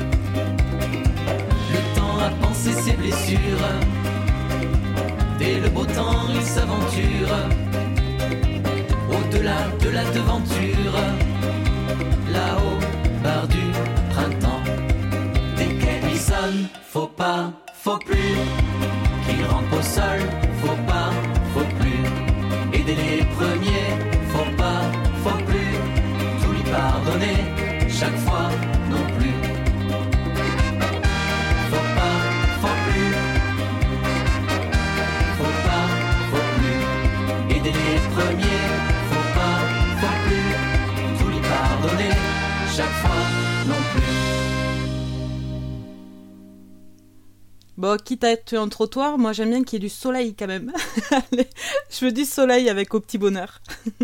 Le temps a pensé ses blessures, dès le beau temps il s'aventure au-delà de la devanture, là-haut, bar du printemps. Faut pas, faut plus qu'il rampe au sol, faut pas, faut plus. Et dès les premiers, faut pas, faut plus tout lui pardonner, chaque fois non plus. Faut pas, faut plus, faut pas, faut plus. Et dès les premiers, faut pas, faut plus tout lui pardonner, chaque fois non plus. Bon, quitte à être un trottoir, moi j'aime bien qu'il y ait du soleil quand même. Allez, je veux du soleil avec Au Petit Bonheur.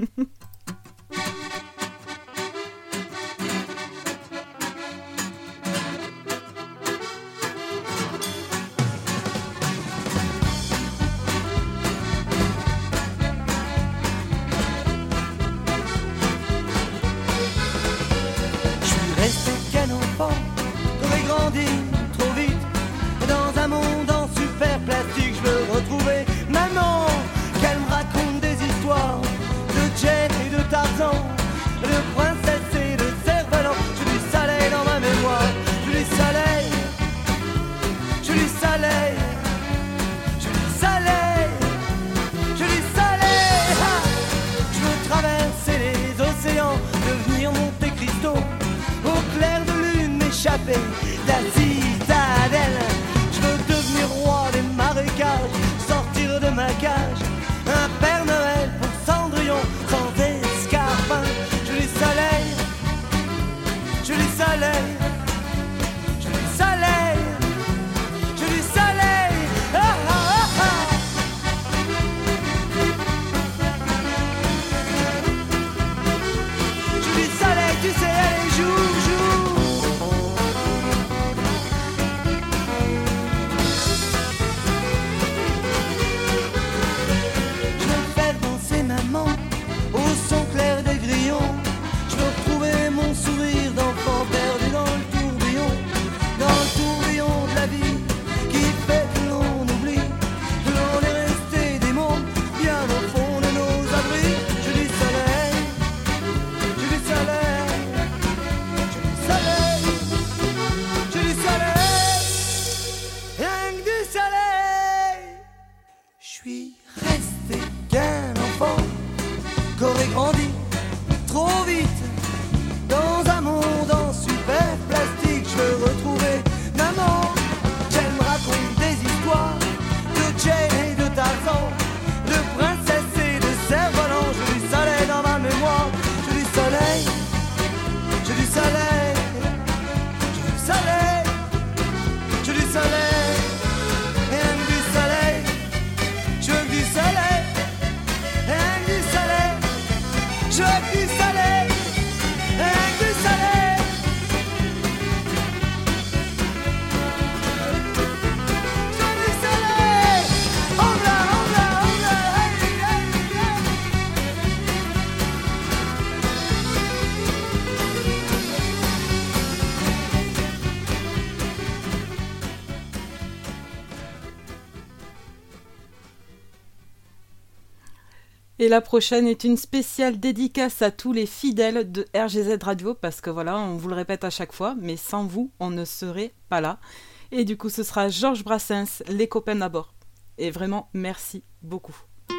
Je suis resté qu'un enfant, j'aurais grandi trop vite. Dans un monde en super plastique, je veux retrouver maman, qu'elle me raconte des histoires de Jen et de Tarzan, de princesse et de cerf-volant. Je du soleil dans ma mémoire, je du soleil, je du soleil, je du soleil, je du soleil. Ha! Je veux traverser les océans, devenir Monte Cristo, au clair de lune m'échapper de la citadelle. Devenir roi des marécages, sortir de ma cage, un Père Noël pour Cendrillon sans escarpin. Je dis soleil, je dis soleil, je dis soleil, je dis soleil. Ah, ah, ah, ah. Je dis soleil, tu sais, allez, joue, joue. soleil, je veux du soleil, je veux du soleil, rien que du soleil, je veux du soleil, rien que du soleil, je veux du soleil, rien que du soleil. Je veux du soleil, on va, hey, hey, hey. Et la prochaine est une spéciale dédicace à tous les fidèles de RGZ Radio, parce que voilà, on vous le répète à chaque fois, mais sans vous, on ne serait pas là. Et du coup, ce sera Georges Brassens, Les copains d'abord. Et vraiment, merci beaucoup.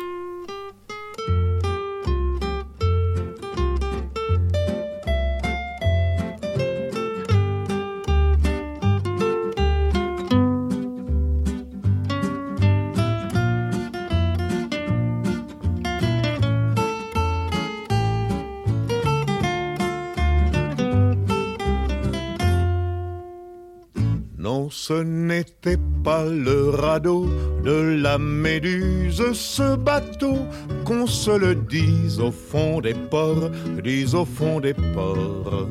Non, ce n'était pas le radeau de la Méduse, ce bateau, qu'on se le dise au fond des ports, dise au fond des ports.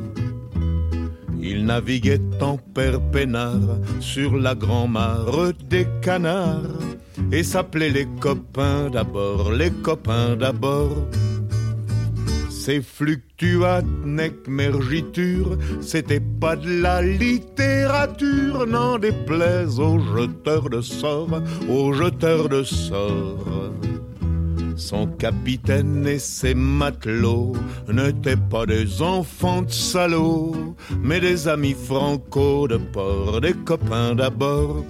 Il naviguait en père peinard sur la grand-mare des canards et s'appelait les copains d'abord, les copains d'abord. Ces fluctuates nec mergiture, c'était pas de la littérature, n'en déplaise aux jeteurs de sorts, aux jeteurs de sorts. Son capitaine et ses matelots n'étaient pas des enfants de salauds, mais des amis franco de port, des copains d'abord.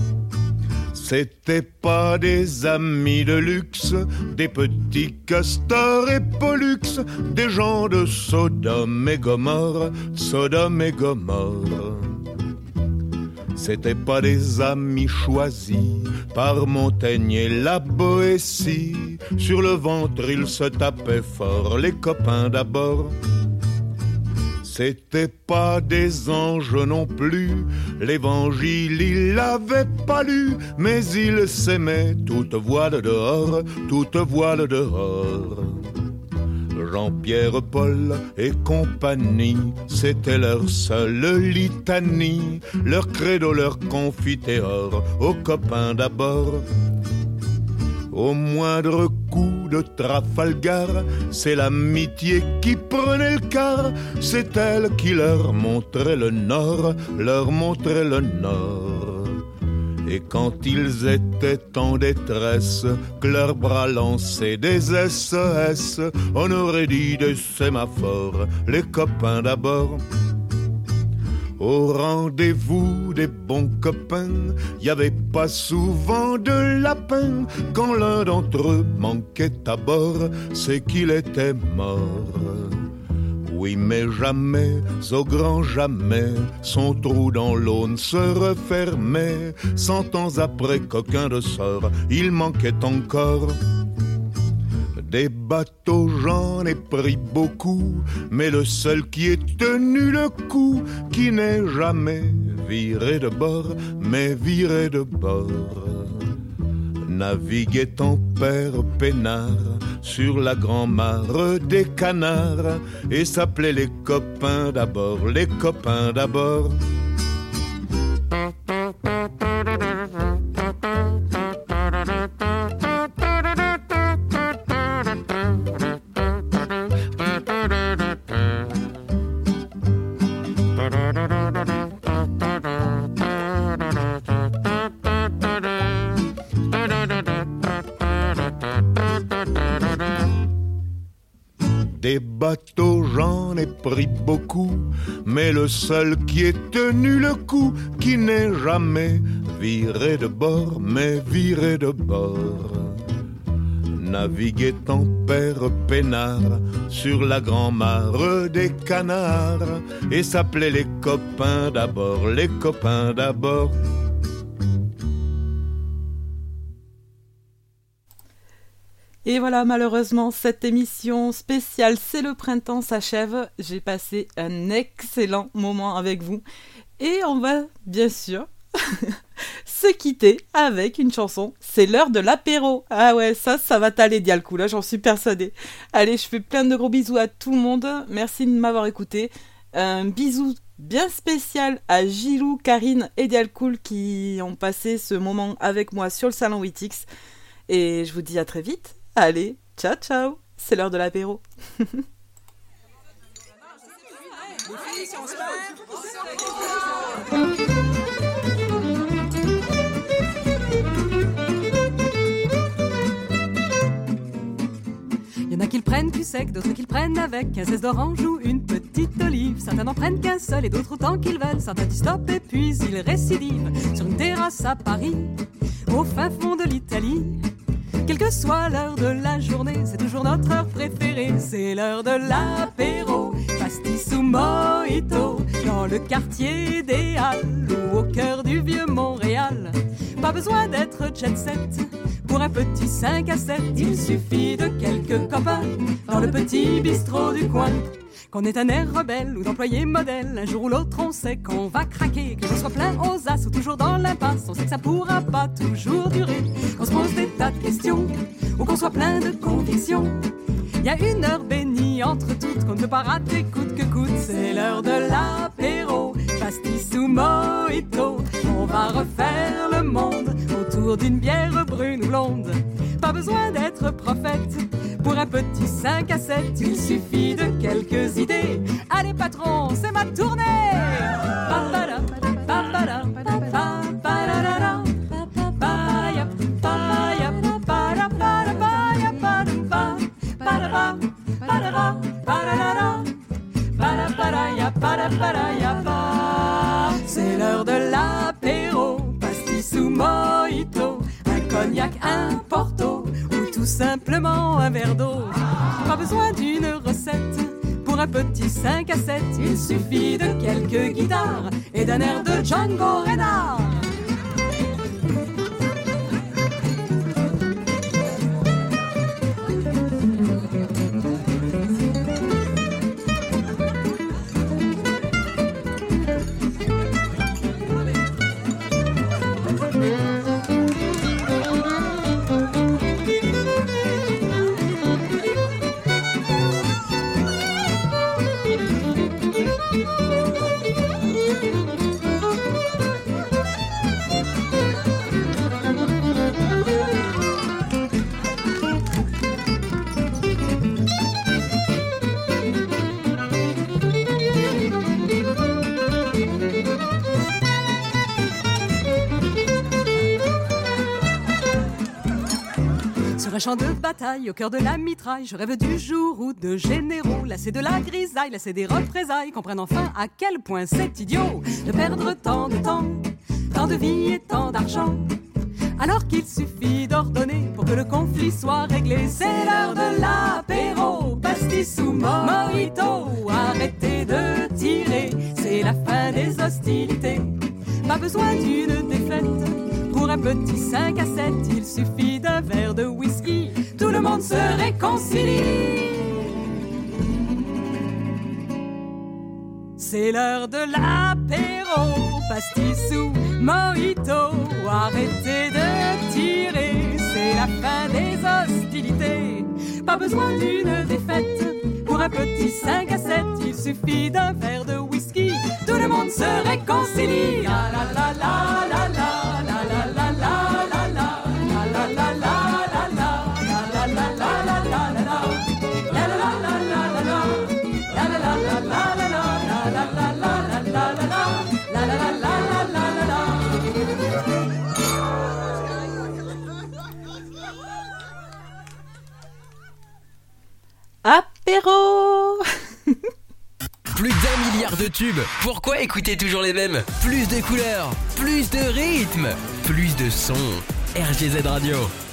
C'étaient pas des amis de luxe, des petits castors et pollux, des gens de Sodome et Gomorre, Sodome et Gomorre. C'étaient pas des amis choisis par Montaigne et la Boétie. Sur le ventre ils se tapaient fort, les copains d'abord. C'étaient pas des anges non plus, l'évangile il l'avait pas lu, mais ils s'aimaient toute voile dehors, toute voile dehors. Jean-Pierre, Paul et compagnie, c'était leur seule litanie, leur credo, leur confiteor, aux copains d'abord. Au moindre coup de Trafalgar, c'est l'amitié qui prenait le quart, c'est elle qui leur montrait le nord, leur montrait le nord. Et quand ils étaient en détresse, que leurs bras lançaient des SOS, on aurait dit des sémaphores, les copains d'abord. Au rendez-vous des bons copains, y avait pas souvent de lapin. Quand l'un d'entre eux manquait à bord, c'est qu'il était mort. Oui, mais jamais, au grand jamais, son trou dans l'Aune se refermait. 100 ans après qu'aucun de sort, il manquait encore. Des bateaux, j'en ai pris beaucoup, mais le seul qui ait tenu le coup, qui n'est jamais viré de bord, mais viré de bord, naviguait en père peinard sur la grand-mare des canards et s'appelait les copains d'abord, les copains d'abord. Des bateaux, j'en ai pris beaucoup, mais le seul qui ait tenu le coup, qui n'est jamais viré de bord, mais viré de bord, naviguait en père peinard sur la grand-mare des canards et s'appelait les copains d'abord, les copains d'abord. Et voilà, malheureusement, cette émission spéciale C'est le printemps s'achève. J'ai passé un excellent moment avec vous. Et on va, bien sûr, se quitter avec une chanson. C'est l'heure de l'apéro. Ah ouais, ça va t'aller, Dialcou, là, j'en suis persuadée. Allez, je fais plein de gros bisous à tout le monde. Merci de m'avoir écouté. Un bisou bien spécial à Gilou, Karine et Dialcool qui ont passé ce moment avec moi sur le salon Witix. Et je vous dis à très vite. Allez, ciao ciao. C'est l'heure de l'apéro. Y'en a qui le prennent plus sec, d'autres qui le prennent avec un zeste d'orange ou une petite olive. Certains n'en prennent qu'un seul et d'autres autant qu'ils veulent. Certains disent stop et puis ils récidivent sur une terrasse à Paris, au fin fond de l'Italie. Quelle que soit l'heure de la journée, c'est toujours notre heure préférée. C'est l'heure de l'apéro, pastis ou mojito, dans le quartier des Halles ou au cœur du vieux Montréal. Pas besoin d'être jet set pour un petit 5 à 7. Il suffit de quelques copains dans le petit bistrot du coin. Qu'on ait un air rebelle ou d'employé modèle, un jour ou l'autre on sait qu'on va craquer. Que l'on soit plein aux as ou toujours dans l'impasse, on sait que ça pourra pas toujours durer. Qu'on se pose des tas de questions ou qu'on soit plein de convictions. Y a une heure bénie entre toutes qu'on ne peut pas rater coûte que coûte. C'est l'heure de l'apéro, pastis ou mojito. On va refaire le monde autour d'une bière brune ou blonde. Pas besoin d'être prophète pour un petit 5 à 7. Il suffit de quelques idées. Allez patron, c'est ma tournée. C'est l'heure de l'apéro, pastis ou mojito, un cognac, un porto ou tout simplement un verre d'eau. Pas besoin d'une recette pour un petit 5 à 7. Il suffit de quelques guitares et d'un air de Django Reinhardt. Sur un champ de bataille, au cœur de la mitraille, je rêve du jour où de généraux, lassés de la grisaille, lassés des représailles, comprennent enfin à quel point c'est idiot de perdre tant de temps, tant de vie et tant d'argent, alors qu'il suffit d'ordonner pour que le conflit soit réglé. C'est l'heure de l'apéro, pastis ou mojito, arrêtez de tirer, c'est la fin des hostilités. Pas besoin d'une défaite pour un petit 5 à 7, il suffit d'un verre de whisky, tout le monde se réconcilie. C'est l'heure de l'apéro, pastis ou mojito, arrêtez de tirer, c'est la fin des hostilités. Pas besoin d'une défaite pour un petit 5 à 7, il suffit d'un verre de whisky, tout le monde se réconcilie. La la la la la la. Apéro. Plus d'1 milliard de tubes, pourquoi écouter toujours les mêmes? Plus de couleurs, plus de rythme, plus de sons. RGZ Radio.